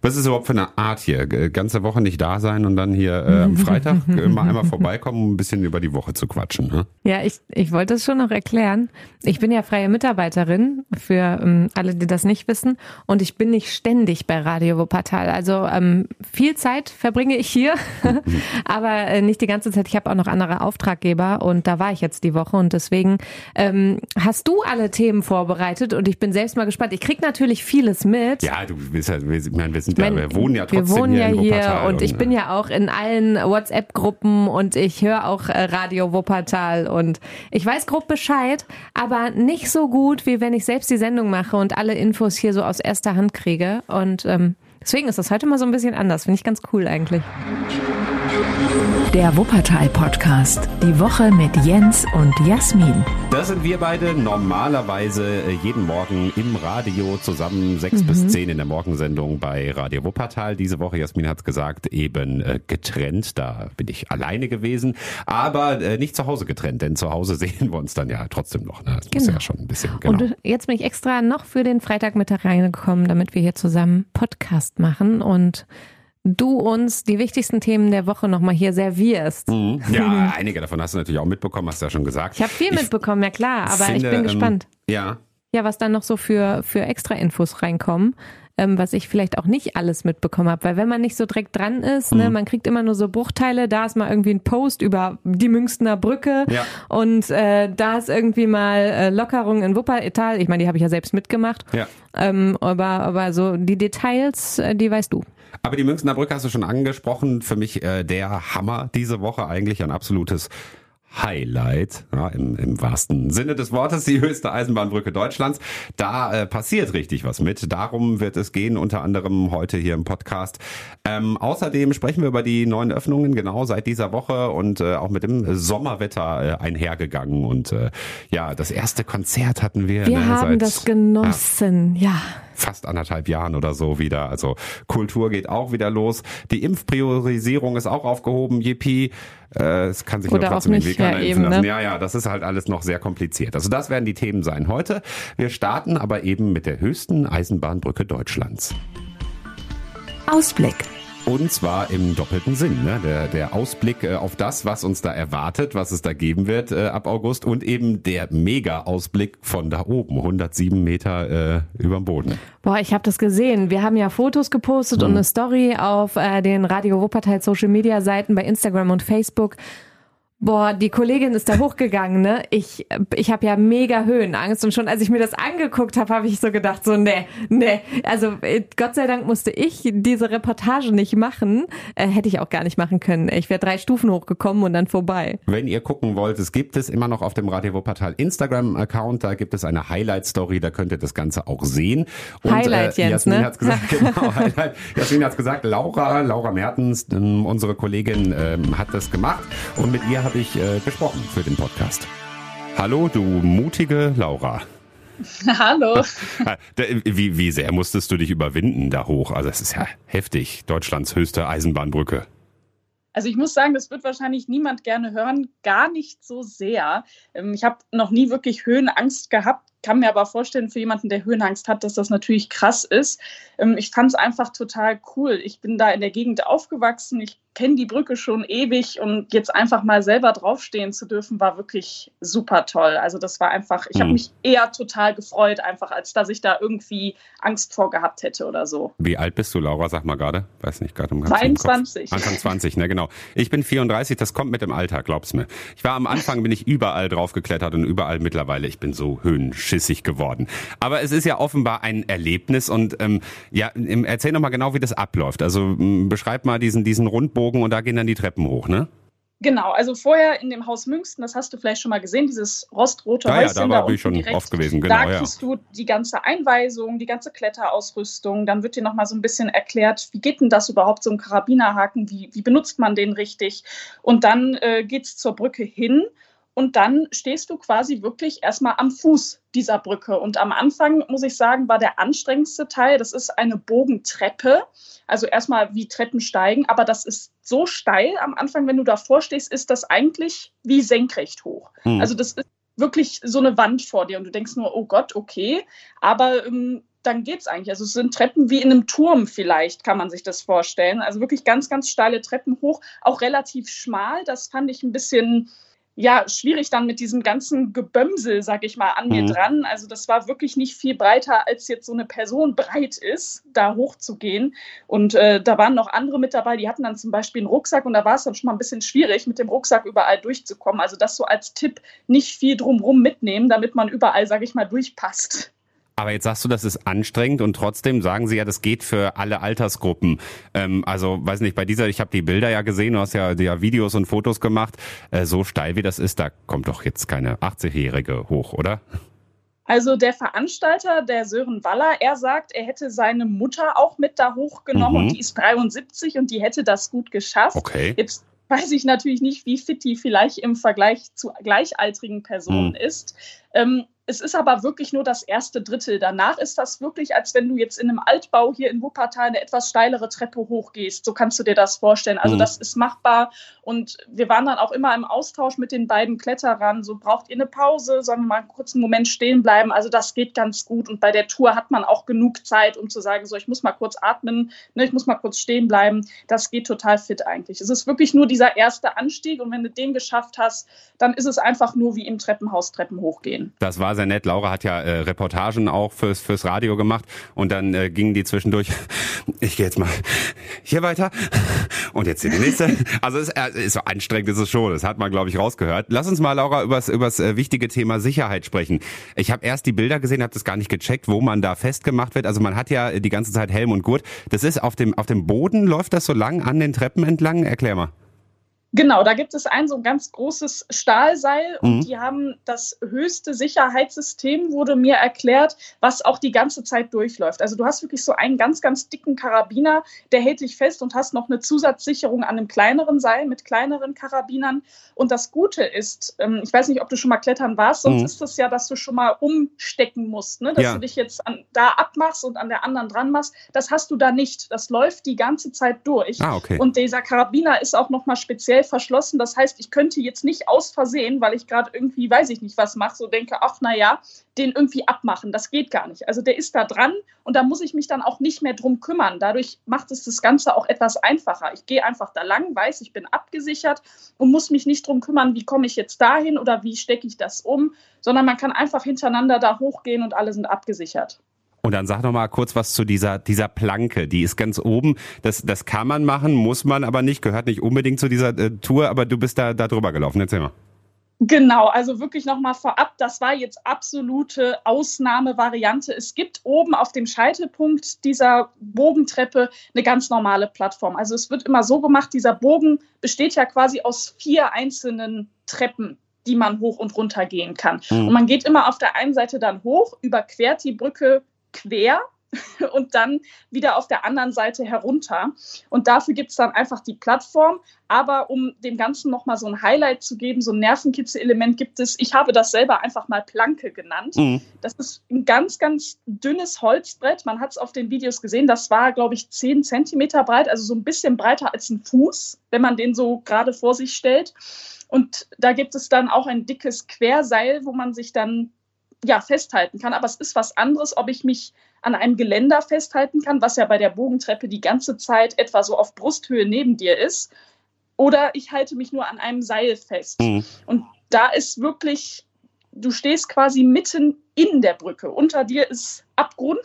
Was ist überhaupt für eine Art hier? Ganze Woche nicht da sein und dann hier am Freitag mal einmal vorbeikommen, um ein bisschen über die Woche zu quatschen. Ne? Ja, ich wollte es schon noch erklären. Ich bin ja freie Mitarbeiterin für alle, die das nicht wissen. Und ich bin nicht ständig bei Radio Wuppertal. Also viel Zeit verbringe ich hier, aber nicht die ganze Zeit. Ich habe auch noch andere Auftraggeber und da war ich jetzt die Woche. Und deswegen hast du alle Themen vorbereitet und ich bin selbst mal gespannt. Ich krieg natürlich vieles mit. Ja, du bist ja, wir wohnen ja trotzdem wir wohnen hier ja in Wuppertal. Hier und ich bin ja auch in allen WhatsApp-Gruppen und ich höre auch Radio Wuppertal und ich weiß grob Bescheid, aber nicht so gut, wie wenn ich selbst die Sendung mache und alle Infos hier so aus erster Hand kriege und deswegen ist das heute mal so ein bisschen anders. Finde ich ganz cool eigentlich. Der Wuppertal-Podcast. Die Woche mit Jens und Jasmin. Das sind wir beide normalerweise jeden Morgen im Radio zusammen 6 bis 10 in der Morgensendung bei Radio Wuppertal. Diese Woche, Jasmin hat's gesagt, eben getrennt. Da bin ich alleine gewesen, aber nicht zu Hause getrennt, denn zu Hause sehen wir uns dann ja trotzdem noch. Ne? Das muss ja schon ein bisschen, genau. Und jetzt bin ich extra noch für den Freitagmittag reingekommen, damit wir hier zusammen Podcast machen und du uns die wichtigsten Themen der Woche nochmal hier servierst. Ja, einige davon hast du natürlich auch mitbekommen, hast du ja schon gesagt. Ich habe viel mitbekommen, ja klar, aber ich bin gespannt. Ja, was dann noch so für extra Infos reinkommen, was ich vielleicht auch nicht alles mitbekommen habe. Weil wenn man nicht so direkt dran ist, ne, man kriegt immer nur so Bruchteile, da ist mal irgendwie ein Post über die Münchner Brücke und da ist irgendwie mal Lockerung in Wuppertal. Ich meine, die habe ich ja selbst mitgemacht. Ja. Aber so die Details, die weißt du. Aber die Münchner Brücke hast du schon angesprochen. Für mich der Hammer diese Woche, eigentlich ein absolutes Highlight, ja, im wahrsten Sinne des Wortes, die höchste Eisenbahnbrücke Deutschlands. Da passiert richtig was mit. Darum wird es gehen, unter anderem heute hier im Podcast. Außerdem sprechen wir über die neuen Öffnungen, genau seit dieser Woche und auch mit dem Sommerwetter einhergegangen. Und das erste Konzert hatten wir. Wir haben das genossen, ja. Fast 1,5 Jahren oder so wieder. Also Kultur geht auch wieder los. Die Impfpriorisierung ist auch aufgehoben. Yippie. Es kann sich oder nur trotzdem auch nicht, irgendwie keiner impfen lassen. Ne? Ja, das ist halt alles noch sehr kompliziert. Also das werden die Themen sein heute. Wir starten aber eben mit der höchsten Eisenbahnbrücke Deutschlands. Ausblick. Und zwar im doppelten Sinn. Ne? Der Ausblick auf das, was uns da erwartet, was es da geben wird ab August und eben der Mega-Ausblick von da oben, 107 Meter überm Boden. Boah, ich habe das gesehen. Wir haben ja Fotos gepostet und eine Story auf den Radio Wuppertal Social Media Seiten bei Instagram und Facebook. Boah, die Kollegin ist da hochgegangen, ne? Ich habe ja mega Höhenangst und schon als ich mir das angeguckt habe, habe ich so gedacht, so nee. Also Gott sei Dank musste ich diese Reportage nicht machen. Hätte ich auch gar nicht machen können. Ich wäre 3 Stufen hochgekommen und dann vorbei. Wenn ihr gucken wollt, es gibt es immer noch auf dem Radio Wuppertal Instagram-Account. Da gibt es eine Highlight-Story, da könnt ihr das Ganze auch sehen. Und, Highlight, Jens, Jasmin ne? hat's gesagt, genau, Highlight. Jasmin hat's gesagt, Laura Mertens, unsere Kollegin, hat das gemacht und mit ihr habe ich gesprochen für den Podcast. Hallo, du mutige Laura. Hallo. Wie sehr musstest du dich überwinden da hoch? Also es ist ja heftig, Deutschlands höchste Eisenbahnbrücke. Also ich muss sagen, das wird wahrscheinlich niemand gerne hören, gar nicht so sehr. Ich habe noch nie wirklich Höhenangst gehabt, kann mir aber vorstellen, für jemanden, der Höhenangst hat, dass das natürlich krass ist. Ich fand es einfach total cool. Ich bin da in der Gegend aufgewachsen, ich kenne die Brücke schon ewig und jetzt einfach mal selber draufstehen zu dürfen, war wirklich super toll. Also das war einfach, ich habe mich eher total gefreut, einfach als dass ich da irgendwie Angst vor gehabt hätte oder so. Wie alt bist du, Laura? Sag mal gerade. Weiß nicht, gerade im 22. Anfang 20, ne, genau. Ich bin 34, das kommt mit dem Alter, glaub's mir. Ich war am Anfang, bin ich überall drauf geklettert und überall mittlerweile, ich bin so höhenschissig geworden. Aber es ist ja offenbar ein Erlebnis und erzähl noch mal genau, wie das abläuft. Also beschreib mal diesen Rundbogen und da gehen dann die Treppen hoch, ne? Genau, also vorher in dem Haus Münchsen, das hast du vielleicht schon mal gesehen, dieses rostrote Häuschen. Ja, da bin ich schon direkt, oft gewesen, genau. Da kriegst du die ganze Einweisung, die ganze Kletterausrüstung, dann wird dir nochmal so ein bisschen erklärt, wie geht denn das überhaupt, so ein Karabinerhaken, wie benutzt man den richtig? Und dann geht's zur Brücke hin. Und dann stehst du quasi wirklich erstmal am Fuß dieser Brücke. Und am Anfang, muss ich sagen, war der anstrengendste Teil, das ist eine Bogentreppe. Also erstmal wie Treppen steigen, aber das ist so steil am Anfang, wenn du davor stehst, ist das eigentlich wie senkrecht hoch. Also das ist wirklich so eine Wand vor dir und du denkst nur, oh Gott, okay. Aber dann geht's eigentlich. Also es sind Treppen wie in einem Turm vielleicht, kann man sich das vorstellen. Also wirklich ganz, ganz steile Treppen hoch, auch relativ schmal. Das fand ich ein bisschen schwierig dann mit diesem ganzen Gebömsel, sag ich mal, an mir dran. Also das war wirklich nicht viel breiter, als jetzt so eine Person breit ist, da hochzugehen. Und da waren noch andere mit dabei, die hatten dann zum Beispiel einen Rucksack und da war es dann schon mal ein bisschen schwierig, mit dem Rucksack überall durchzukommen. Also das so als Tipp, nicht viel drumherum mitnehmen, damit man überall, sag ich mal, durchpasst. Aber jetzt sagst du, das ist anstrengend und trotzdem sagen sie ja, das geht für alle Altersgruppen. Also, weiß nicht, ich habe die Bilder ja gesehen, du hast ja Videos und Fotos gemacht. So steil wie das ist, da kommt doch jetzt keine 80-Jährige hoch, oder? Also der Veranstalter, der Sören Waller, er sagt, er hätte seine Mutter auch mit da hochgenommen und die ist 73 und die hätte das gut geschafft. Okay. Jetzt weiß ich natürlich nicht, wie fit die vielleicht im Vergleich zu gleichaltrigen Personen ist. Es ist aber wirklich nur das erste Drittel. Danach ist das wirklich, als wenn du jetzt in einem Altbau hier in Wuppertal eine etwas steilere Treppe hochgehst. So kannst du dir das vorstellen. Also das ist machbar. Und wir waren dann auch immer im Austausch mit den beiden Kletterern. So, braucht ihr eine Pause? Sollen wir mal einen kurzen Moment stehen bleiben? Also das geht ganz gut. Und bei der Tour hat man auch genug Zeit, um zu sagen, so, ich muss mal kurz atmen, ich muss mal kurz stehen bleiben. Das geht total fit eigentlich. Es ist wirklich nur dieser erste Anstieg. Und wenn du den geschafft hast, dann ist es einfach nur wie im Treppenhaus Treppen hochgehen. Das war sehr nett. Laura hat ja Reportagen auch fürs Radio gemacht und dann gingen die zwischendurch, ich gehe jetzt mal hier weiter und jetzt hier die nächste. Also es ist so anstrengend, ist es schon. Das hat man, glaube ich, rausgehört. Lass uns mal, Laura, übers wichtige Thema Sicherheit sprechen. Ich habe erst die Bilder gesehen, habe das gar nicht gecheckt, wo man da festgemacht wird. Also man hat ja die ganze Zeit Helm und Gurt. Das ist auf dem Boden, läuft das so lang an den Treppen entlang? Erklär mal. Genau, da gibt es so ein ganz großes Stahlseil und die haben das höchste Sicherheitssystem, wurde mir erklärt, was auch die ganze Zeit durchläuft. Also du hast wirklich so einen ganz, ganz dicken Karabiner, der hält dich fest und hast noch eine Zusatzsicherung an einem kleineren Seil mit kleineren Karabinern. Und das Gute ist, ich weiß nicht, ob du schon mal klettern warst, sonst ist das ja, dass du schon mal umstecken musst, ne? Dass du dich jetzt da abmachst und an der anderen dran machst. Das hast du da nicht. Das läuft die ganze Zeit durch. Okay. Und dieser Karabiner ist auch nochmal speziell verschlossen. Das heißt, ich könnte jetzt nicht aus Versehen, weil ich gerade irgendwie, weiß ich nicht, was mache, so denke, ach naja, den irgendwie abmachen. Das geht gar nicht. Also der ist da dran und da muss ich mich dann auch nicht mehr drum kümmern. Dadurch macht es das Ganze auch etwas einfacher. Ich gehe einfach da lang, weiß, ich bin abgesichert und muss mich nicht drum kümmern, wie komme ich jetzt dahin oder wie stecke ich das um, sondern man kann einfach hintereinander da hochgehen und alle sind abgesichert. Und dann sag noch mal kurz was zu dieser Planke. Die ist ganz oben. Das kann man machen, muss man aber nicht. Gehört nicht unbedingt zu dieser Tour, aber du bist da drüber gelaufen. Erzähl mal. Genau, also wirklich nochmal vorab, das war jetzt absolute Ausnahmevariante. Es gibt oben auf dem Scheitelpunkt dieser Bogentreppe eine ganz normale Plattform. Also es wird immer so gemacht, dieser Bogen besteht ja quasi aus 4 einzelnen Treppen, die man hoch und runter gehen kann. Und man geht immer auf der einen Seite dann hoch, überquert die Brücke quer und dann wieder auf der anderen Seite herunter. Und dafür gibt es dann einfach die Plattform. Aber um dem Ganzen nochmal so ein Highlight zu geben, so ein Nervenkitzel-Element gibt es, ich habe das selber einfach mal Planke genannt. Das ist ein ganz, ganz dünnes Holzbrett. Man hat es auf den Videos gesehen, das war, glaube ich, 10 Zentimeter breit, also so ein bisschen breiter als ein Fuß, wenn man den so gerade vor sich stellt. Und da gibt es dann auch ein dickes Querseil, wo man sich dann festhalten kann. Aber es ist was anderes, ob ich mich an einem Geländer festhalten kann, was ja bei der Bogentreppe die ganze Zeit etwa so auf Brusthöhe neben dir ist, oder ich halte mich nur an einem Seil fest. Und da ist wirklich, du stehst quasi mitten in der Brücke. Unter dir ist Abgrund.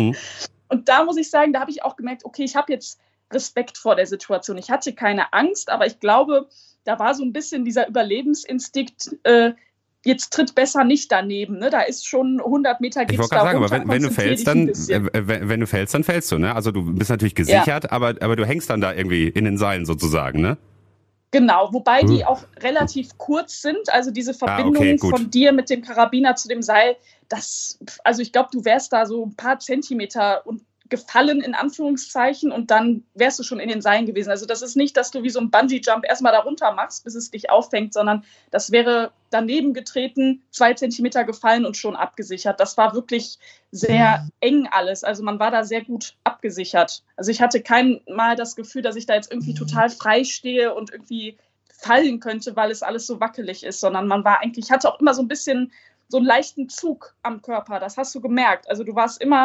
Und da muss ich sagen, da habe ich auch gemerkt, okay, ich habe jetzt Respekt vor der Situation. Ich hatte keine Angst, aber ich glaube, da war so ein bisschen dieser Überlebensinstinkt, jetzt tritt besser nicht daneben, ne? Da ist schon 100 Meter geht's da runter. Ich wollte gerade sagen, aber wenn du fällst, dann fällst du, ne? Also du bist natürlich gesichert, aber du hängst dann da irgendwie in den Seilen sozusagen, ne? Genau, wobei die auch relativ kurz sind, also diese Verbindung von dir mit dem Karabiner zu dem Seil, also ich glaube, du wärst da so ein paar Zentimeter und gefallen, in Anführungszeichen, und dann wärst du schon in den Seilen gewesen. Also das ist nicht, dass du wie so ein Bungee-Jump erstmal da runter machst, bis es dich auffängt, sondern das wäre daneben getreten, 2 Zentimeter gefallen und schon abgesichert. Das war wirklich sehr eng alles. Also man war da sehr gut abgesichert. Also ich hatte kein Mal das Gefühl, dass ich da jetzt irgendwie total frei stehe und irgendwie fallen könnte, weil es alles so wackelig ist, sondern man war eigentlich, hatte auch immer so ein bisschen so einen leichten Zug am Körper. Das hast du gemerkt. Also du warst immer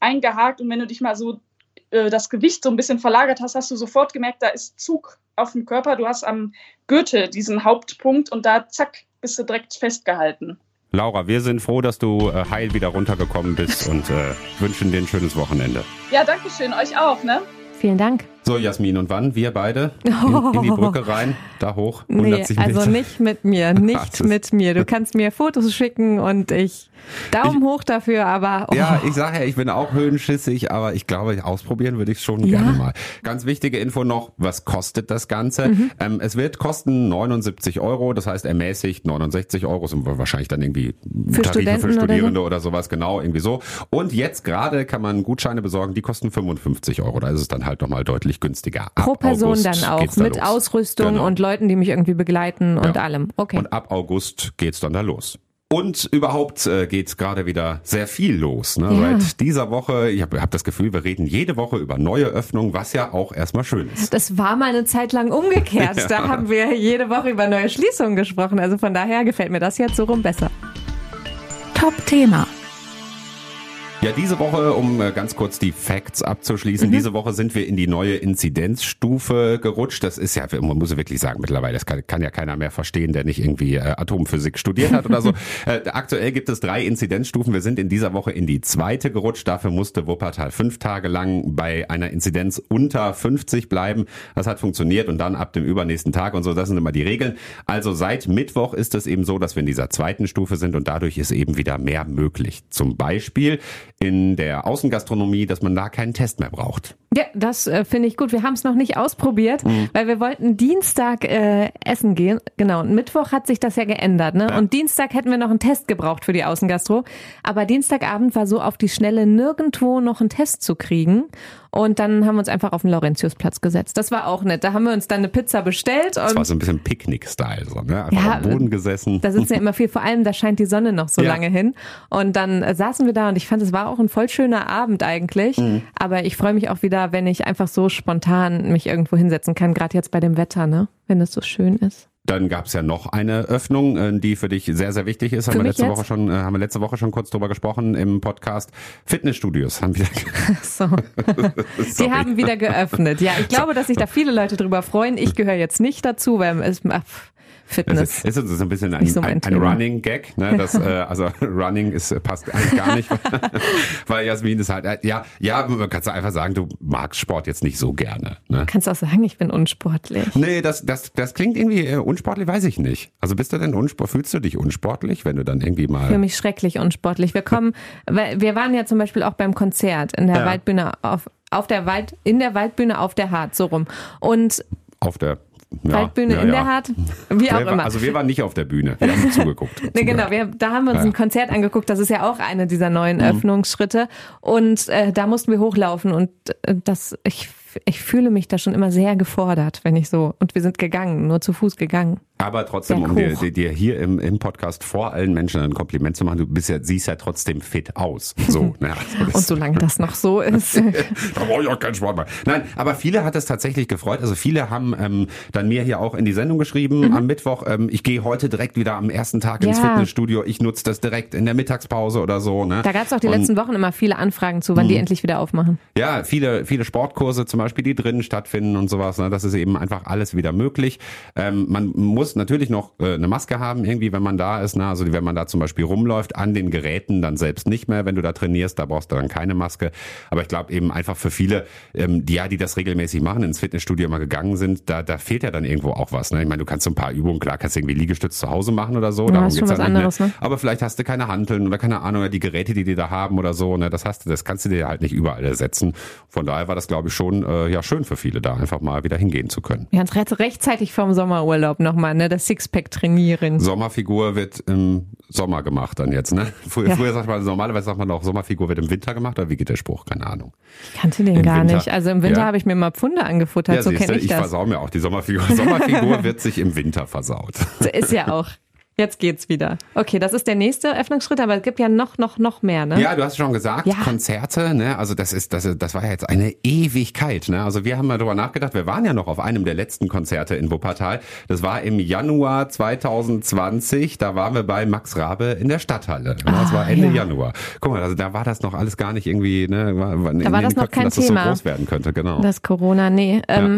eingehakt und wenn du dich mal so das Gewicht so ein bisschen verlagert hast, hast du sofort gemerkt, da ist Zug auf dem Körper. Du hast am Gürtel diesen Hauptpunkt und da, zack, bist du direkt festgehalten. Laura, wir sind froh, dass du heil wieder runtergekommen bist und wünschen dir ein schönes Wochenende. Ja, danke schön, euch auch, ne? Vielen Dank. So, Jasmin, und wann? Wir beide in die Brücke rein, da hoch? 170 Nee, also Meter. nicht mit mir, nicht mit mir. Du kannst mir Fotos schicken und Daumen hoch dafür, aber... Ja, ich sage ja, ich bin auch höhenschissig, aber ich glaube, ausprobieren würde ich schon gerne mal. Ganz wichtige Info noch, was kostet das Ganze? Es wird kosten 79 €, das heißt ermäßigt 69 €, sind wahrscheinlich dann irgendwie Für Tarife für Studenten Studierende oder sowas, genau, irgendwie so. Und jetzt gerade kann man Gutscheine besorgen, die kosten 55 €, da ist es dann halt nochmal deutlich günstiger. Pro Person August dann auch, geht's da mit los. Ausrüstung Genau. und Leuten, die mich irgendwie begleiten und allem. Okay. Und ab August geht's dann da los. Und überhaupt geht gerade wieder sehr viel los. Ne? Ja. Seit dieser Woche, ich hab das Gefühl, wir reden jede Woche über neue Öffnungen, was ja auch erstmal schön ist. Das war mal eine Zeit lang umgekehrt. Ja. Da haben wir jede Woche über neue Schließungen gesprochen. Also von daher gefällt mir das jetzt so rum besser. Top-Thema. Ja, diese Woche, um ganz kurz die Facts abzuschließen, diese Woche sind wir in die neue Inzidenzstufe gerutscht. Das ist ja, man muss wirklich sagen, mittlerweile, das kann ja keiner mehr verstehen, der nicht irgendwie Atomphysik studiert hat oder so. Aktuell gibt es 3 Inzidenzstufen. Wir sind in dieser Woche in die 2. gerutscht. Dafür musste Wuppertal 5 Tage lang bei einer Inzidenz unter 50 bleiben. Das hat funktioniert und dann ab dem übernächsten Tag und so, das sind immer die Regeln. Also seit Mittwoch ist es eben so, dass wir in dieser 2. Stufe sind und dadurch ist eben wieder mehr möglich. Zum Beispiel in der Außengastronomie, dass man da keinen Test mehr braucht. Ja, das finde ich gut. Wir haben es noch nicht ausprobiert, weil wir wollten Dienstag essen gehen. Genau, und Mittwoch hat sich das ja geändert. Ne? Ja. Und Dienstag hätten wir noch einen Test gebraucht für die Außengastro. Aber Dienstagabend war so auf die Schnelle nirgendwo noch einen Test zu kriegen. Und dann haben wir uns einfach auf den Laurentiusplatz gesetzt. Das war auch nett. Da haben wir uns dann eine Pizza bestellt. Das Und war so ein bisschen Picknick-Style. So, ne? Einfach am Boden gesessen. Da sitzen ja immer viel, vor allem da scheint die Sonne noch so lange hin. Und dann saßen wir da und ich fand, es war auch ein voll schöner Abend eigentlich. Aber ich freue mich auch wieder, wenn ich einfach so spontan mich irgendwo hinsetzen kann, gerade jetzt bei dem Wetter, ne? Wenn es so schön ist. Dann gab es ja noch eine Öffnung, die für dich sehr, sehr wichtig ist. Haben wir letzte Woche schon kurz drüber gesprochen im Podcast. Fitnessstudios haben wieder. So. Die haben wieder geöffnet. Ja, ich glaube, dass sich da viele Leute drüber freuen. Ich gehöre jetzt nicht dazu, weil es Fitness. Es ist so ein bisschen so ein Running Gag, ne? Das, also Running passt eigentlich gar nicht, weil Jasmin ist halt, man kann einfach sagen, du magst Sport jetzt nicht so gerne. Ne? Kannst auch sagen, ich bin unsportlich. Nee, das klingt irgendwie unsportlich, weiß ich nicht. Also bist du denn fühlst du dich unsportlich, wenn du dann irgendwie mal... Für mich schrecklich unsportlich. Wir waren ja zum Beispiel auch beim Konzert in der Waldbühne in der Waldbühne auf der Hart, so rum. Und auf der Waldbühne in der Hart, wie auch immer. Also wir waren nicht auf der Bühne, wir haben zugeguckt. Nee, genau, da haben wir uns ein Konzert angeguckt, das ist ja auch eine dieser neuen Öffnungsschritte und da mussten wir hochlaufen und ich fühle mich da schon immer sehr gefordert, wenn ich so, und wir sind gegangen, nur zu Fuß gegangen. Aber trotzdem, um dir hier im Podcast vor allen Menschen ein Kompliment zu machen, siehst ja trotzdem fit aus. So, ne? Also und solange das noch so ist. Da brauche ich auch keinen Sport mehr. Nein, aber viele hat es tatsächlich gefreut. Also viele haben dann mir hier auch in die Sendung geschrieben am Mittwoch, ich gehe heute direkt wieder am ersten Tag ins Fitnessstudio. Ich nutze das direkt in der Mittagspause oder so. Ne? Da gab es auch die letzten Wochen immer viele Anfragen zu, wann die endlich wieder aufmachen. Ja, viele Sportkurse zum Beispiel, die drinnen stattfinden und sowas. Ne? Das ist eben einfach alles wieder möglich. Man muss natürlich noch eine Maske haben, irgendwie, wenn man da ist. Ne? Also wenn man da zum Beispiel rumläuft, an den Geräten dann selbst nicht mehr. Wenn du da trainierst, da brauchst du dann keine Maske. Aber ich glaube eben einfach für viele, die das regelmäßig machen, ins Fitnessstudio mal gegangen sind, da fehlt ja dann irgendwo auch was. Ne? Ich meine, du kannst so ein paar Übungen, klar, kannst irgendwie Liegestütz zu Hause machen oder so. Ja, Darum ist schon geht's was dann anderes, nicht, ne? Aber vielleicht hast du keine Hanteln oder keine Ahnung, oder die Geräte, die da haben oder so. Ne? Das kannst du dir halt nicht überall ersetzen. Von daher war das, glaube ich, schon schön für viele, da einfach mal wieder hingehen zu können. Ja, und rechtzeitig vorm Sommerurlaub nochmal, ne, das Sixpack trainieren. Sommerfigur wird im Sommer gemacht dann jetzt, ne? Früher normalerweise sagt man noch, Sommerfigur wird im Winter gemacht, oder wie geht der Spruch? Keine Ahnung. Ich kannte den gar nicht. Also im Winter habe ich mir mal Pfunde angefuttert, so kenne ich das. Ich versau mir auch die Sommerfigur. Sommerfigur wird sich im Winter versaut. Ist ja auch. Jetzt geht's wieder. Okay, das ist der nächste Öffnungsschritt, aber es gibt ja noch mehr, ne? Ja, du hast schon gesagt, Konzerte, ne? Also das war ja jetzt eine Ewigkeit, ne? Also wir haben mal drüber nachgedacht, wir waren ja noch auf einem der letzten Konzerte in Wuppertal. Das war im Januar 2020, da waren wir bei Max Rabe in der Stadthalle. Das war Ende Januar. Guck mal, also da war das noch alles gar nicht irgendwie, ne? Da war das noch kein Thema. Dass das so groß werden könnte, genau. Das Corona, nee.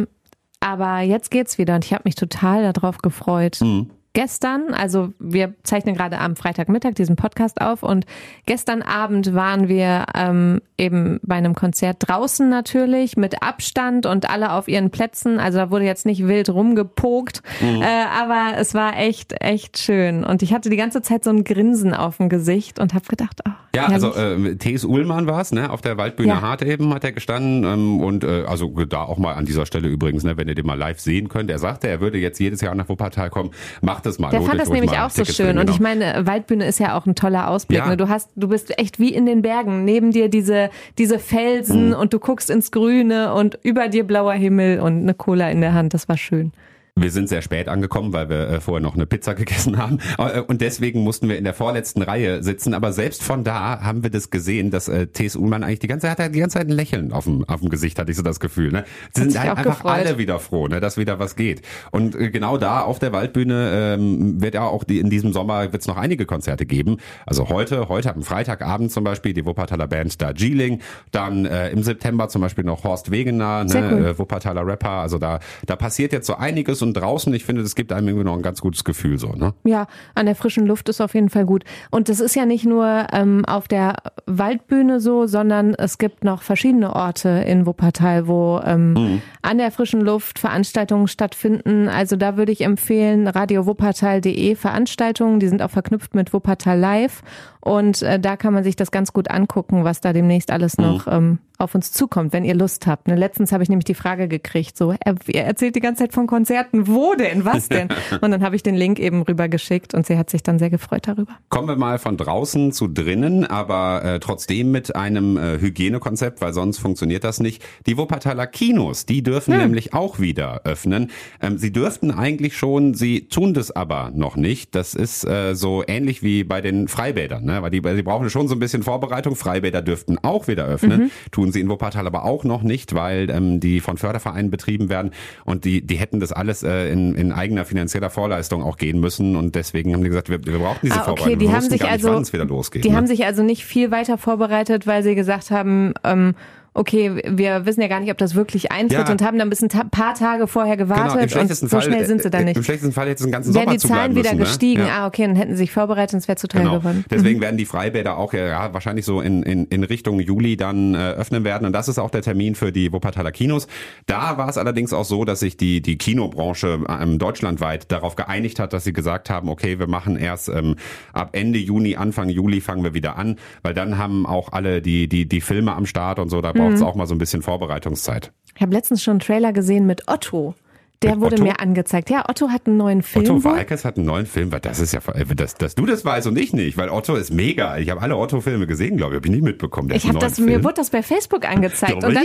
Aber jetzt geht's wieder und ich habe mich total darauf gefreut. Gestern, also wir zeichnen gerade am Freitagmittag diesen Podcast auf und gestern Abend waren wir eben bei einem Konzert draußen natürlich mit Abstand und alle auf ihren Plätzen, also da wurde jetzt nicht wild rumgepokt, aber es war echt schön und ich hatte die ganze Zeit so ein Grinsen auf dem Gesicht und habe gedacht, ja, also T.S. Uhlmann war es, ne, auf der Waldbühne Hart eben hat er gestanden und also da auch mal an dieser Stelle übrigens, ne, wenn ihr den mal live sehen könnt, er sagte, er würde jetzt jedes Jahr nach Wuppertal kommen, macht es mal. Der fand das nämlich auch so schön und ich meine, Waldbühne ist ja auch ein toller Ausblick, ne? Du bist echt wie in den Bergen, neben dir diese Felsen und du guckst ins Grüne und über dir blauer Himmel und eine Cola in der Hand, das war schön. Wir sind sehr spät angekommen, weil wir vorher noch eine Pizza gegessen haben und deswegen mussten wir in der vorletzten Reihe sitzen, aber selbst von da haben wir das gesehen, dass T.S. Uhlmann eigentlich die ganze Zeit ein Lächeln auf dem Gesicht, hatte ich so das Gefühl. Ne? Sie sind halt einfach gefreut. Alle wieder froh, ne, dass wieder was geht. Und genau da auf der Waldbühne wird ja auch in diesem Sommer wird es noch einige Konzerte geben. Also heute am Freitagabend zum Beispiel die Wuppertaler Band Darjeeling, dann im September zum Beispiel noch Horst Wegener, ne, Wuppertaler Rapper. Also da passiert jetzt so einiges. Und draußen, ich finde, das gibt einem irgendwie noch ein ganz gutes Gefühl so, ne? Ja, an der frischen Luft ist auf jeden Fall gut. Und das ist ja nicht nur auf der Waldbühne so, sondern es gibt noch verschiedene Orte in Wuppertal, wo an der frischen Luft Veranstaltungen stattfinden. Also da würde ich empfehlen, radiowuppertal.de Veranstaltungen, die sind auch verknüpft mit Wuppertal Live. Und da kann man sich das ganz gut angucken, was da demnächst alles noch auf uns zukommt, wenn ihr Lust habt. Ne, letztens habe ich nämlich die Frage gekriegt, so, er erzählt die ganze Zeit von Konzerten, wo denn, was denn? Und dann habe ich den Link eben rübergeschickt und sie hat sich dann sehr gefreut darüber. Kommen wir mal von draußen zu drinnen, aber trotzdem mit einem Hygienekonzept, weil sonst funktioniert das nicht. Die Wuppertaler Kinos, die dürfen nämlich auch wieder öffnen. Sie dürften eigentlich schon, sie tun das aber noch nicht. Das ist so ähnlich wie bei den Freibädern, ne? Weil die brauchen schon so ein bisschen Vorbereitung. Freibäder dürften auch wieder öffnen, tun sie in Wuppertal aber auch noch nicht, weil die von Fördervereinen betrieben werden und die hätten das alles in eigener finanzieller Vorleistung auch gehen müssen und deswegen haben die gesagt, wir brauchen diese Vorbereitung. Die haben sich wann es wieder losgeht. Die haben sich also nicht viel weiter vorbereitet, weil sie gesagt haben, okay, wir wissen ja gar nicht, ob das wirklich eintritt und haben dann bis ein paar Tage vorher gewartet und so schnell sind sie dann nicht. Im schlechtesten Fall hätte es den ganzen Sommer wären die Zahlen wieder gestiegen. Ne? Okay, dann hätten sie sich vorbereitet und es wäre zu teuer geworden. Deswegen werden die Freibäder auch wahrscheinlich so in Richtung Juli dann öffnen werden und das ist auch der Termin für die Wuppertaler Kinos. Da war es allerdings auch so, dass sich die Kinobranche deutschlandweit darauf geeinigt hat, dass sie gesagt haben, okay, wir machen erst ab Ende Juni, Anfang Juli fangen wir wieder an, weil dann haben auch alle die Filme am Start und so, da braucht es auch mal so ein bisschen Vorbereitungszeit. Ich habe letztens schon einen Trailer gesehen mit Otto. Der wurde mir angezeigt. Ja, Otto hat einen neuen Film. Otto Walkes hat einen neuen Film. Das ist ja, dass du das weißt und ich nicht, weil Otto ist mega. Ich habe alle Otto-Filme gesehen, glaube ich. Habe ich nicht mitbekommen. Mir wurde das bei Facebook angezeigt. Und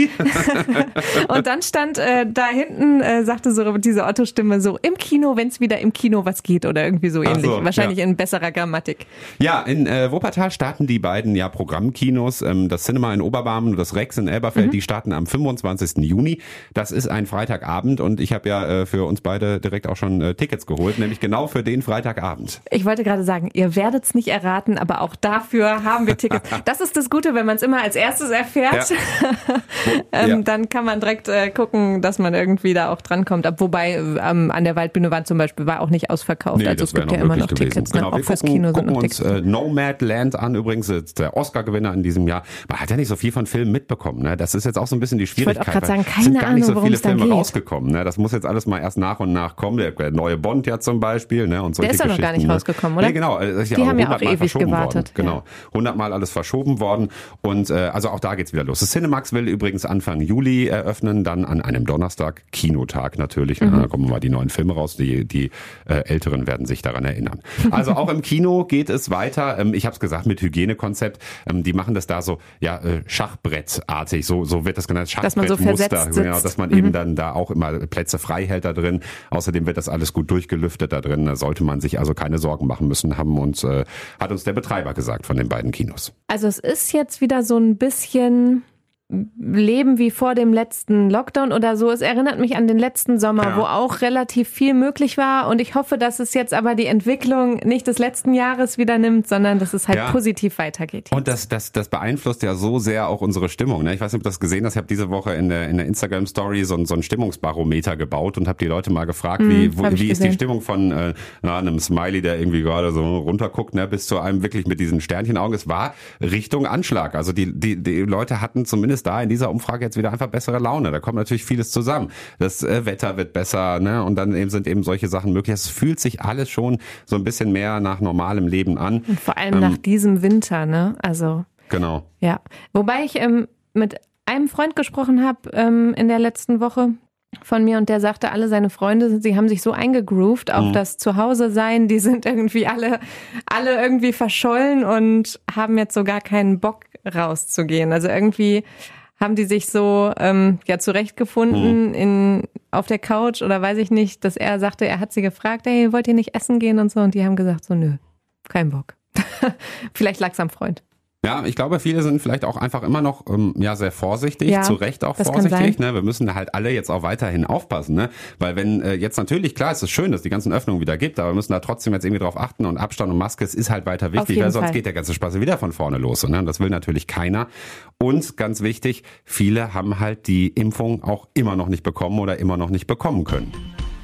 dann stand da hinten, sagte so diese Otto-Stimme so, im Kino, wenn es wieder im Kino was geht oder irgendwie so ähnlich. Wahrscheinlich in besserer Grammatik. Ja, in Wuppertal starten die beiden Programmkinos. Das Cinema in Oberbarmen und das Rex in Elberfeld, die starten am 25. Juni. Das ist ein Freitagabend und ich habe ja für uns beide direkt auch schon Tickets geholt, nämlich genau für den Freitagabend. Ich wollte gerade sagen, ihr werdet es nicht erraten, aber auch dafür haben wir Tickets. Das ist das Gute, wenn man es immer als erstes erfährt, dann kann man direkt gucken, dass man irgendwie da auch drankommt. Wobei an der Waldbühne war auch nicht ausverkauft. Nee, also es gibt ja immer noch gewesen. Tickets. Genau, auch wir fürs Kino gucken uns Nomadland an, übrigens der Oscar-Gewinner in diesem Jahr. Man hat ja nicht so viel von Filmen mitbekommen. Ne? Das ist jetzt auch so ein bisschen die Schwierigkeit. Ich wollte auch gerade sagen, keine sind gar nicht Ahnung, so viele Filme geht. rausgekommen. Ne? Das muss jetzt alles mal erst nach und nach kommen. Der neue Bond ja zum Beispiel. Ne? Und solche der ist doch noch gar nicht rausgekommen, oder? Nee, genau. Die haben ja auch ewig gewartet. Genau. 100-mal alles verschoben worden. Und also auch da geht's wieder los. Das Cinemax will übrigens Anfang Juli eröffnen, dann an einem Donnerstag, Kinotag natürlich. Da kommen mal die neuen Filme raus. Die Älteren werden sich daran erinnern. Also auch im Kino geht es weiter. Ich habe es gesagt, mit Hygienekonzept. Die machen das da so Schachbrettartig. So wird das genannt. Dass man so versetzt sitzt. Genau, dass man eben dann da auch immer Plätze Plätze frei hält da drin. Außerdem wird das alles gut durchgelüftet da drin. Da sollte man sich also keine Sorgen machen müssen, hat uns der Betreiber gesagt von den beiden Kinos. Also es ist jetzt wieder so ein bisschen Leben wie vor dem letzten Lockdown oder so. Es erinnert mich an den letzten Sommer, wo auch relativ viel möglich war. Und ich hoffe, dass es jetzt aber die Entwicklung nicht des letzten Jahres wieder nimmt, sondern dass es halt positiv weitergeht. Jetzt. Und das beeinflusst ja so sehr auch unsere Stimmung. Ne? Ich weiß nicht, ob du das gesehen hast. Ich habe diese Woche in der Instagram-Story so ein Stimmungsbarometer gebaut und habe die Leute mal gefragt, wie ist die Stimmung von einem Smiley, der irgendwie gerade so runterguckt, ne, bis zu einem wirklich mit diesen Sternchenaugen. Es war Richtung Anschlag. Also die Leute hatten zumindest da in dieser Umfrage jetzt wieder einfach bessere Laune. Da kommt natürlich vieles zusammen. Das Wetter wird besser, ne? Und dann sind eben solche Sachen möglich. Es fühlt sich alles schon so ein bisschen mehr nach normalem Leben an. Und vor allem nach diesem Winter, ne? Also genau. Ja. Wobei ich mit einem Freund gesprochen habe in der letzten Woche von mir und der sagte, alle seine Freunde, sie haben sich so eingegroovt auf das Zuhause-Sein, die sind irgendwie alle irgendwie verschollen und haben jetzt so gar keinen Bock rauszugehen. Also irgendwie haben die sich so zurechtgefunden auf der Couch oder weiß ich nicht, dass er sagte, er hat sie gefragt, hey, wollt ihr nicht essen gehen und so, und die haben gesagt so, nö, kein Bock. Vielleicht lag's am Freund. Ja, ich glaube, viele sind vielleicht auch einfach immer noch sehr vorsichtig, zu Recht auch vorsichtig. Ne? Wir müssen halt alle jetzt auch weiterhin aufpassen, ne? Weil wenn jetzt natürlich, klar, es ist schön, dass es die ganzen Öffnungen wieder gibt, aber wir müssen da trotzdem jetzt irgendwie drauf achten und Abstand und Maske, es ist halt weiter wichtig, weil sonst geht der ganze Spaß wieder von vorne los. Ne? Das will natürlich keiner. Und ganz wichtig, viele haben halt die Impfung auch immer noch nicht bekommen oder immer noch nicht bekommen können.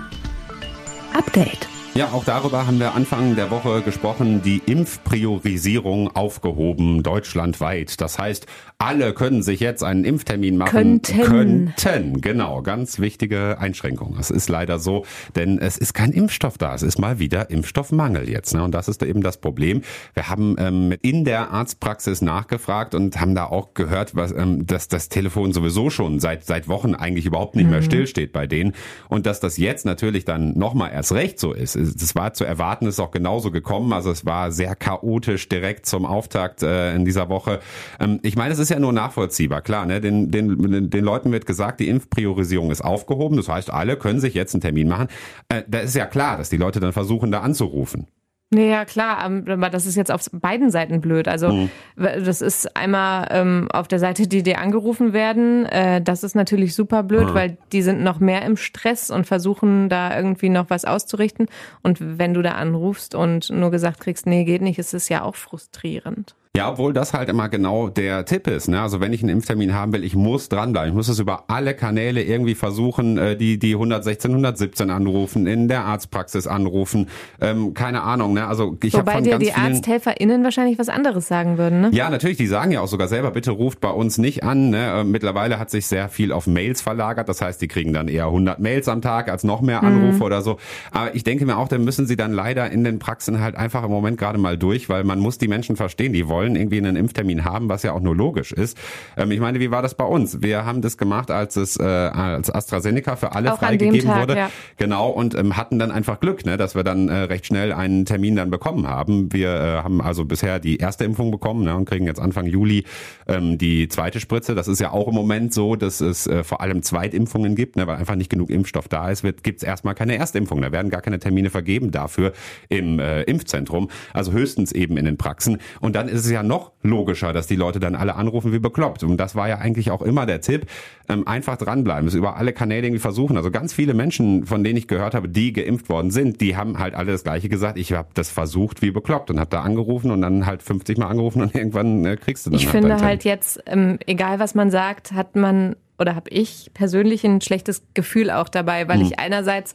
Update. Ja, auch darüber haben wir Anfang der Woche gesprochen, die Impfpriorisierung aufgehoben, deutschlandweit. Das heißt, alle können sich jetzt einen Impftermin machen. Könnten, genau, ganz wichtige Einschränkung. Es ist leider so, denn es ist kein Impfstoff da. Es ist mal wieder Impfstoffmangel jetzt, ne? Und das ist eben das Problem. Wir haben in der Arztpraxis nachgefragt und haben da auch gehört, dass das Telefon sowieso schon seit Wochen eigentlich überhaupt nicht mehr stillsteht bei denen. Und dass das jetzt natürlich dann nochmal erst recht so ist. Das war zu erwarten, ist auch genauso gekommen. Also es war sehr chaotisch direkt zum Auftakt in dieser Woche. Ich meine, es ist ja nur nachvollziehbar. Klar, ne? Den Leuten wird gesagt, die Impfpriorisierung ist aufgehoben. Das heißt, alle können sich jetzt einen Termin machen. Da ist ja klar, dass die Leute dann versuchen, da anzurufen. Ja, klar, aber das ist jetzt auf beiden Seiten blöd. Also das ist einmal auf der Seite, die dir angerufen werden, das ist natürlich super blöd, weil die sind noch mehr im Stress und versuchen da irgendwie noch was auszurichten. Und wenn du da anrufst und nur gesagt kriegst, nee, geht nicht, ist es ja auch frustrierend. Ja, obwohl das halt immer genau der Tipp ist, ne? Also wenn ich einen Impftermin haben will, ich muss dranbleiben. Ich muss es über alle Kanäle irgendwie versuchen, die 116, 117 anrufen, in der Arztpraxis anrufen, keine Ahnung, ne? Also ich habe von dir ganz die ArzthelferInnen wahrscheinlich was anderes sagen würden, ne? Ja, natürlich, die sagen ja auch sogar selber, bitte ruft bei uns nicht an, ne? Mittlerweile hat sich sehr viel auf Mails verlagert, das heißt, die kriegen dann eher 100 Mails am Tag als noch mehr Anrufe oder so. Aber ich denke mir auch, dann müssen sie dann leider in den Praxen halt einfach im Moment gerade mal durch, weil man muss die Menschen verstehen, die wollen irgendwie einen Impftermin haben, was ja auch nur logisch ist. Ich meine, wie war das bei uns? Wir haben das gemacht, als AstraZeneca für alle auch freigegeben wurde. Ja. Genau, und hatten dann einfach Glück, ne, dass wir dann recht schnell einen Termin dann bekommen haben. Wir haben also bisher die erste Impfung bekommen, ne, und kriegen jetzt Anfang Juli die zweite Spritze. Das ist ja auch im Moment so, dass es vor allem Zweitimpfungen gibt, ne, weil einfach nicht genug Impfstoff da ist, gibt es erstmal keine Erstimpfung. Da werden gar keine Termine vergeben dafür im Impfzentrum, also höchstens eben in den Praxen. Und dann ist es ja noch logischer, dass die Leute dann alle anrufen wie bekloppt. Und das war ja eigentlich auch immer der Tipp, einfach dranbleiben, es über alle Kanäle irgendwie versuchen. Also ganz viele Menschen, von denen ich gehört habe, die geimpft worden sind, die haben halt alle das Gleiche gesagt. Ich habe das versucht wie bekloppt und habe da angerufen und dann halt 50 Mal angerufen und irgendwann kriegst du dann Ich finde halt jetzt, egal was man sagt, hat man oder habe ich persönlich ein schlechtes Gefühl auch dabei, weil ich einerseits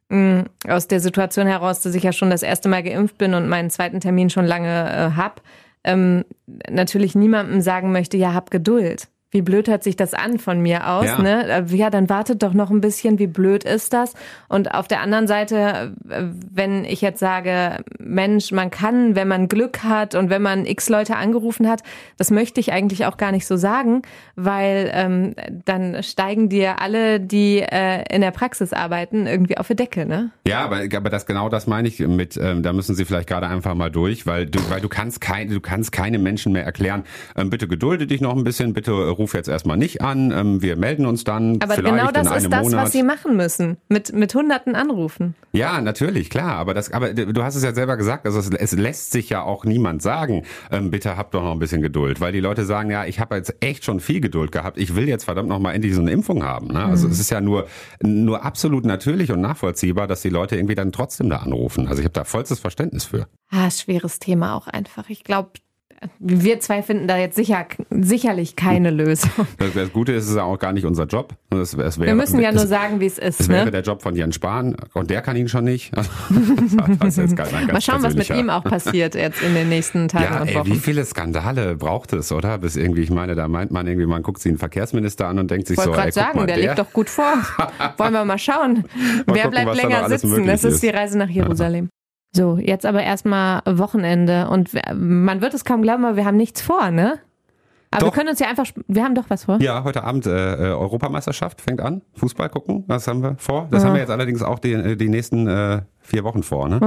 aus der Situation heraus, dass ich ja schon das erste Mal geimpft bin und meinen zweiten Termin schon lange habe, natürlich niemandem sagen möchte, ja, hab Geduld. Wie blöd hört sich das an von mir aus, ne? Ja, dann wartet doch noch ein bisschen, wie blöd ist das? Und auf der anderen Seite, wenn ich jetzt sage, Mensch, man kann, wenn man Glück hat und wenn man x Leute angerufen hat, das möchte ich eigentlich auch gar nicht so sagen, weil dann steigen dir alle, die in der Praxis arbeiten, irgendwie auf die Decke, ne? Ja, aber das meine ich mit, da müssen sie vielleicht gerade einfach mal durch, weil du kannst keine Menschen mehr erklären, bitte gedulde dich noch ein bisschen, bitte ruf jetzt erstmal nicht an, wir melden uns dann aber vielleicht genau das in einem ist das, Monat. was sie machen müssen, mit hunderten Anrufen. Ja, natürlich, klar, aber du hast es ja selber gesagt, also es lässt sich ja auch niemand sagen, bitte habt doch noch ein bisschen Geduld, weil die Leute sagen, ja, ich habe jetzt echt schon viel Geduld gehabt, ich will jetzt verdammt noch mal endlich so eine Impfung haben. Ne? Also es ist ja nur absolut natürlich und nachvollziehbar, dass die Leute irgendwie dann trotzdem da anrufen. Also ich habe da vollstes Verständnis für. Schweres Thema auch einfach. Ich glaube, wir zwei finden da jetzt sicherlich keine Lösung. Das Gute ist, es ist ja auch gar nicht unser Job. Wir müssen ja nur sagen, wie es ist. Es wäre der Job von Jens Spahn und der kann ihn schon nicht. Das ist mal schauen, was mit ihm auch passiert jetzt in den nächsten Tagen und Wochen. Wie viele Skandale braucht es, oder? Bis irgendwie, ich meine, da meint man irgendwie, man guckt sich einen Verkehrsminister an und denkt sich so, ich wollte gerade sagen, der liegt doch gut vor. Wollen wir mal schauen. Wer bleibt länger sitzen? Das ist die Reise nach Jerusalem. So, jetzt aber erstmal Wochenende und man wird es kaum glauben, aber wir haben nichts vor, ne? Aber wir können uns ja einfach, wir haben doch was vor. Ja, heute Abend Europameisterschaft fängt an, Fußball gucken, was haben wir vor? Das haben wir jetzt allerdings auch die nächsten 4 Wochen vor, ne?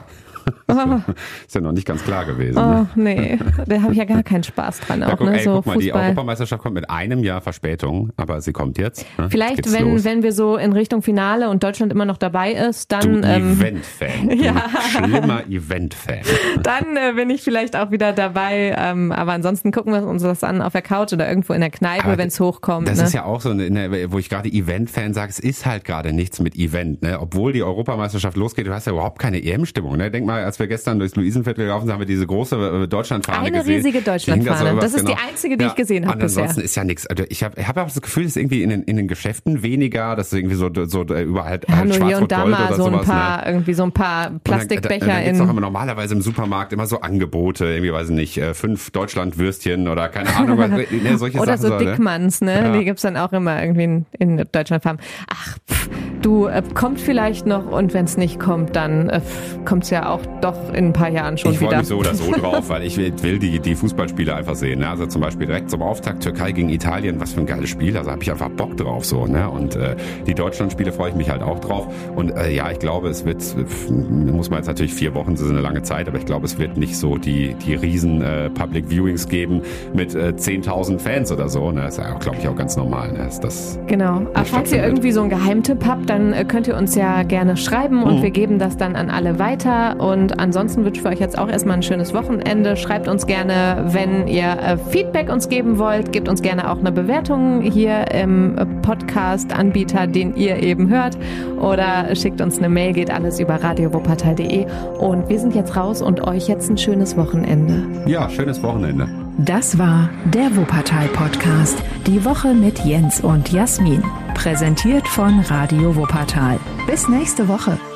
Ist ja noch nicht ganz klar gewesen. Ne? Nee, da habe ich ja gar keinen Spaß dran. Auch, guck, ne? So guck mal, die Fußball. Europameisterschaft kommt mit einem Jahr Verspätung, aber sie kommt jetzt. Ne? Vielleicht, wenn wir so in Richtung Finale und Deutschland immer noch dabei ist, dann... Du Event-Fan, ja. Schlimmer Event-Fan. Dann bin ich vielleicht auch wieder dabei, aber ansonsten gucken wir uns das an auf der Couch oder irgendwo in der Kneipe, wenn es hochkommt. Das ne? ist ja auch so, wo ich gerade Event-Fan sage, es ist halt gerade nichts mit Event. Ne? Obwohl die Europameisterschaft losgeht, du hast ja überhaupt keine EM-Stimmung. Ne? Denk mal, als wir gestern durchs Luisenviertel gelaufen sind, haben wir diese große Deutschlandfahne gesehen. Eine riesige Deutschlandfahne. Das ist die einzige, die ich gesehen habe bisher. Ansonsten ist ja nichts. Also ich habe auch das Gefühl, dass irgendwie in den Geschäften weniger, dass irgendwie so überall halt nur hier und da Schwarz-Rot-Gold mal oder so sowas. irgendwie so ein paar Plastikbecher dann gibt's auch immer normalerweise im Supermarkt immer so Angebote, irgendwie, weiß ich nicht, 5 Deutschlandwürstchen oder keine Ahnung, solche oder Sachen. so Dickmanns, ne? Ja. Die gibt's dann auch immer irgendwie in Deutschlandfarben. Ach, kommt vielleicht noch und wenn es nicht kommt, dann kommt's ja auch doch in ein paar Jahren schon ich wieder. Ich freue mich so oder so drauf, weil ich will die Fußballspiele einfach sehen. Ne? Also zum Beispiel direkt zum Auftakt Türkei gegen Italien, was für ein geiles Spiel. Also habe ich einfach Bock drauf so. Ne? Und die Deutschlandspiele freue ich mich halt auch drauf. Und ich glaube, es wird, muss man jetzt natürlich 4 Wochen, das ist eine lange Zeit, aber ich glaube, es wird nicht so die riesen Public Viewings geben mit 10.000 Fans oder so. Ne? Das ist ja auch, glaube ich, auch ganz normal. Ne? Genau. Aber falls ihr irgendwie so einen Geheimtipp habt, dann könnt ihr uns ja gerne schreiben und wir geben das dann an alle weiter. Und ansonsten wünschen wir euch jetzt auch erstmal ein schönes Wochenende. Schreibt uns gerne, wenn ihr Feedback uns geben wollt. Gebt uns gerne auch eine Bewertung hier im Podcast-Anbieter, den ihr eben hört. Oder schickt uns eine Mail, geht alles über radiowuppertal.de. Und wir sind jetzt raus und euch jetzt ein schönes Wochenende. Ja, schönes Wochenende. Das war der Wuppertal-Podcast. Die Woche mit Jens und Jasmin. Präsentiert von Radio Wuppertal. Bis nächste Woche.